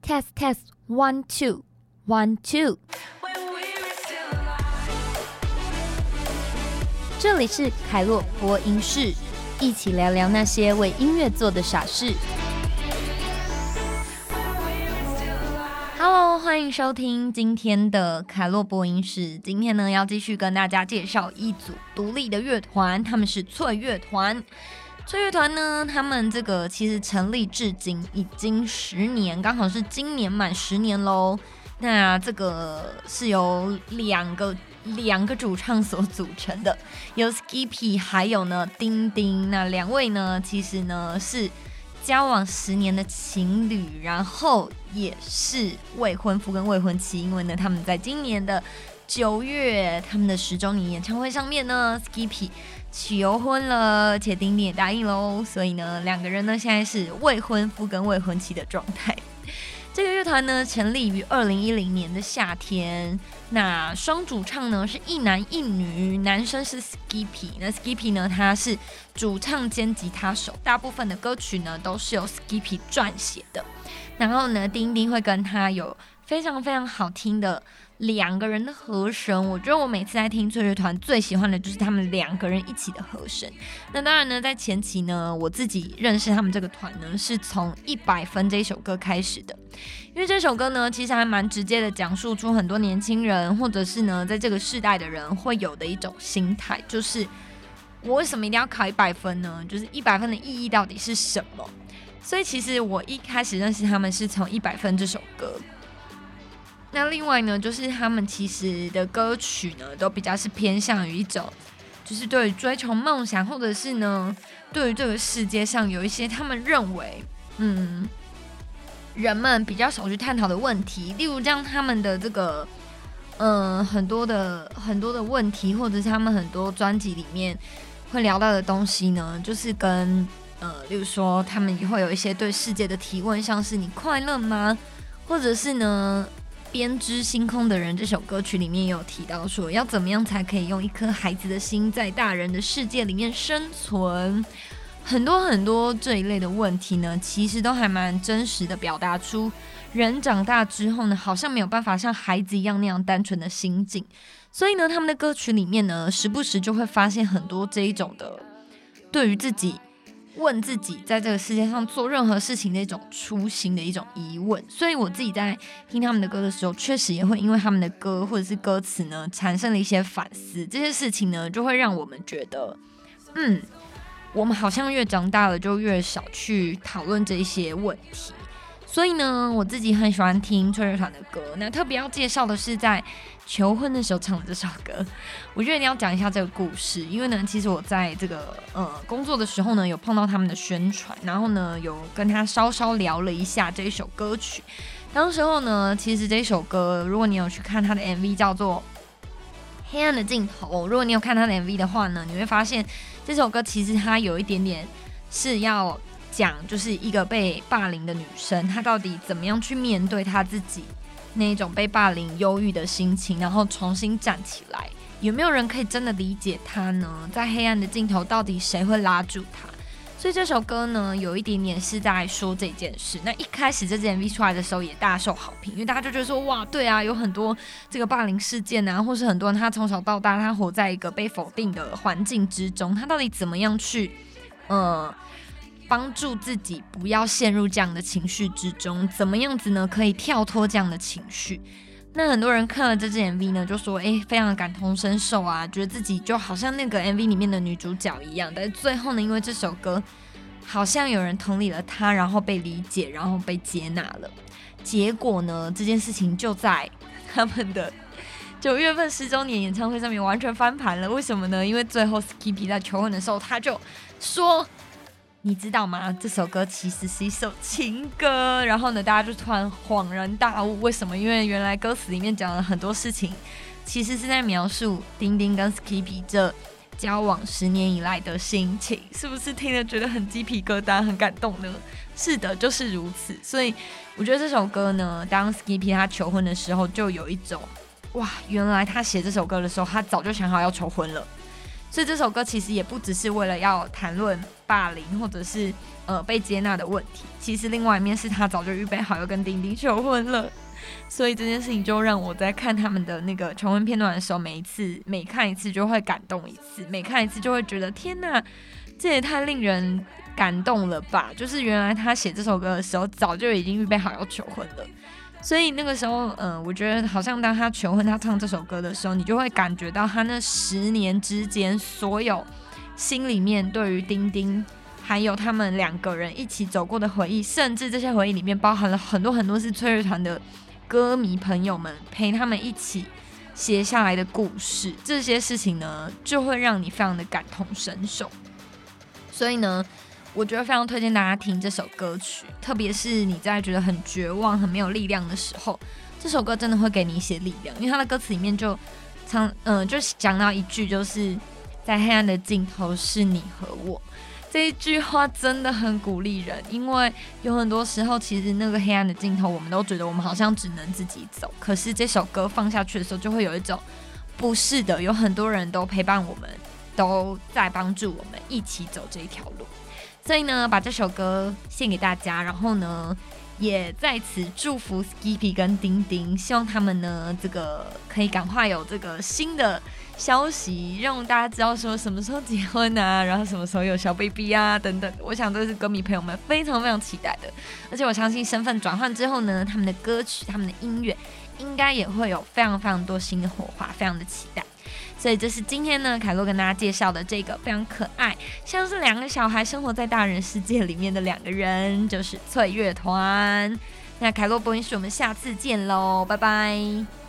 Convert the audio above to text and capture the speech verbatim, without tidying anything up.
Test test one two one two。这里是凯洛播音室，一起聊聊那些为音乐做的傻事。Hello， 欢迎收听今天的凯洛播音室。今天呢，要继续跟大家介绍一组独立的乐团，他们是脆乐团。脆乐团呢，他们这个其实成立至今已经十年，刚好是今年满十年咯。那这个是由两个两个主唱所组成的，有 Skippy 还有呢丁丁。那两位呢，其实呢是交往十年的情侣，然后也是未婚夫跟未婚妻，因为呢他们在今年的九月他们的十周年演唱会上面呢 Skippy 求婚了，而且丁丁也答应咯，所以呢两个人呢现在是未婚夫跟未婚妻的状态。这个乐团呢成立于二零一零年的夏天，那双主唱呢是一男一女，男生是 Skippy， 那 Skippy 呢他是主唱兼吉他手，大部分的歌曲呢都是由 Skippy 撰写的，然后呢丁丁会跟他有非常非常好听的两个人的和声。我觉得我每次在听脆乐团最喜欢的就是他们两个人一起的和声。那当然呢在前期呢我自己认识他们这个团呢是从一百分这一首歌开始的，因为这首歌呢其实还蛮直接的讲述出很多年轻人或者是呢在这个世代的人会有的一种心态，就是我为什么一定要考一百分呢？就是一百分的意义到底是什么？所以其实我一开始认识他们是从一百分这首歌。那另外呢，就是他们其实的歌曲呢，都比较是偏向于一种，就是对于追求梦想，或者是呢，对于这个世界上有一些他们认为，嗯，人们比较少去探讨的问题，例如像他们的这个，嗯、呃，很多的很多的问题，或者是他们很多专辑里面会聊到的东西呢，就是跟呃，例如说他们也会有一些对世界的提问，像是你快乐吗？或者是呢？编织星空的人这首歌曲里面也有提到说，要怎么样才可以用一颗孩子的心在大人的世界里面生存，很多很多这一类的问题呢，其实都还蛮真实的表达出人长大之后呢，好像没有办法像孩子一样那样单纯的心境。所以呢他们的歌曲里面呢，时不时就会发现很多这一种的对于自己问自己在这个世界上做任何事情的一种初心的一种疑问。所以我自己在听他们的歌的时候，确实也会因为他们的歌或者是歌词呢产生了一些反思，这些事情呢就会让我们觉得嗯，我们好像越长大了就越少去讨论这些问题。所以呢我自己很喜欢听脆乐团的歌，那特别要介绍的是在求婚的时候唱的这首歌。我觉得一定要讲一下这个故事，因为呢其实我在这个呃工作的时候呢有碰到他们的宣传，然后呢有跟他稍稍聊了一下这一首歌曲。当时候呢其实这首歌如果你有去看他的 M V 叫做黑暗的尽头，如果你有看他的 M V 的话呢，你会发现这首歌其实它有一点点是要讲就是一个被霸凌的女生，她到底怎么样去面对她自己那一种被霸凌忧郁的心情，然后重新站起来。有没有人可以真的理解她呢？在黑暗的尽头到底谁会拉住她？所以这首歌呢有一点点是在说这件事。那一开始这支 M V 出来的时候也大受好评，因为大家就觉得说哇对啊，有很多这个霸凌事件啊，或是很多人他从小到大他活在一个被否定的环境之中，他到底怎么样去呃帮助自己不要陷入这样的情绪之中，怎么样子呢可以跳脱这样的情绪。那很多人看了这支 M V 呢就说诶非常感同身受啊，觉得自己就好像那个 M V 里面的女主角一样，但是最后呢因为这首歌好像有人同理了她，然后被理解，然后被接纳了。结果呢这件事情就在他们的九月份十周年演唱会上面完全翻盘了。为什么呢？因为最后 Skippy 在求婚的时候他就说你知道吗？这首歌其实是一首情歌。然后呢，大家就突然恍然大悟，为什么？因为原来歌词里面讲了很多事情，其实是在描述丁丁跟 Skippy 这交往十年以来的心情。是不是听了觉得很鸡皮疙瘩、很感动呢？是的，就是如此。所以我觉得这首歌呢，当 Skippy 他求婚的时候，就有一种哇，原来他写这首歌的时候，他早就想好要求婚了。 所以这首歌其实也不只是为了要谈论霸凌或者是呃被接纳的问题，其实另外一面是他早就预备好要跟丁丁求婚了。所以这件事情就让我在看他们的那个求婚片段的时候，每一次每看一次就会感动一次，每看一次就会觉得天哪，这也太令人感动了吧！就是原来他写这首歌的时候早就已经预备好要求婚了。所以那个时候，嗯、呃，我觉得好像当他求婚，他唱这首歌的时候，你就会感觉到他那十年之间所有心里面对于丁丁还有他们两个人一起走过的回忆，甚至这些回忆里面包含了很多很多是脆乐团的歌迷朋友们陪他们一起写下来的故事，这些事情呢就会让你非常的感同身受。所以呢我觉得非常推荐大家听这首歌曲，特别是你在觉得很绝望很没有力量的时候，这首歌真的会给你一些力量。因为它的歌词里面就唱嗯、呃，就讲到一句，就是在黑暗的尽头是你和我，这一句话真的很鼓励人。因为有很多时候其实那个黑暗的尽头我们都觉得我们好像只能自己走，可是这首歌放下去的时候就会有一种不是的，有很多人都陪伴我们，都在帮助我们一起走这一条路。所以呢把这首歌献给大家，然后呢也在此祝福 Skippy 跟丁丁，希望他们呢这个可以赶快有这个新的消息，让大家知道说什么时候结婚啊，然后什么时候有小 baby 啊等等。我想这是歌迷朋友们非常非常期待的，而且我相信身份转换之后呢，他们的歌曲他们的音乐应该也会有非常非常多新的火花，非常的期待。所以这是今天呢凯洛跟大家介绍的这个非常可爱，像是两个小孩生活在大人世界里面的两个人，就是脆乐团。那凯洛播音室我们下次见咯，拜拜。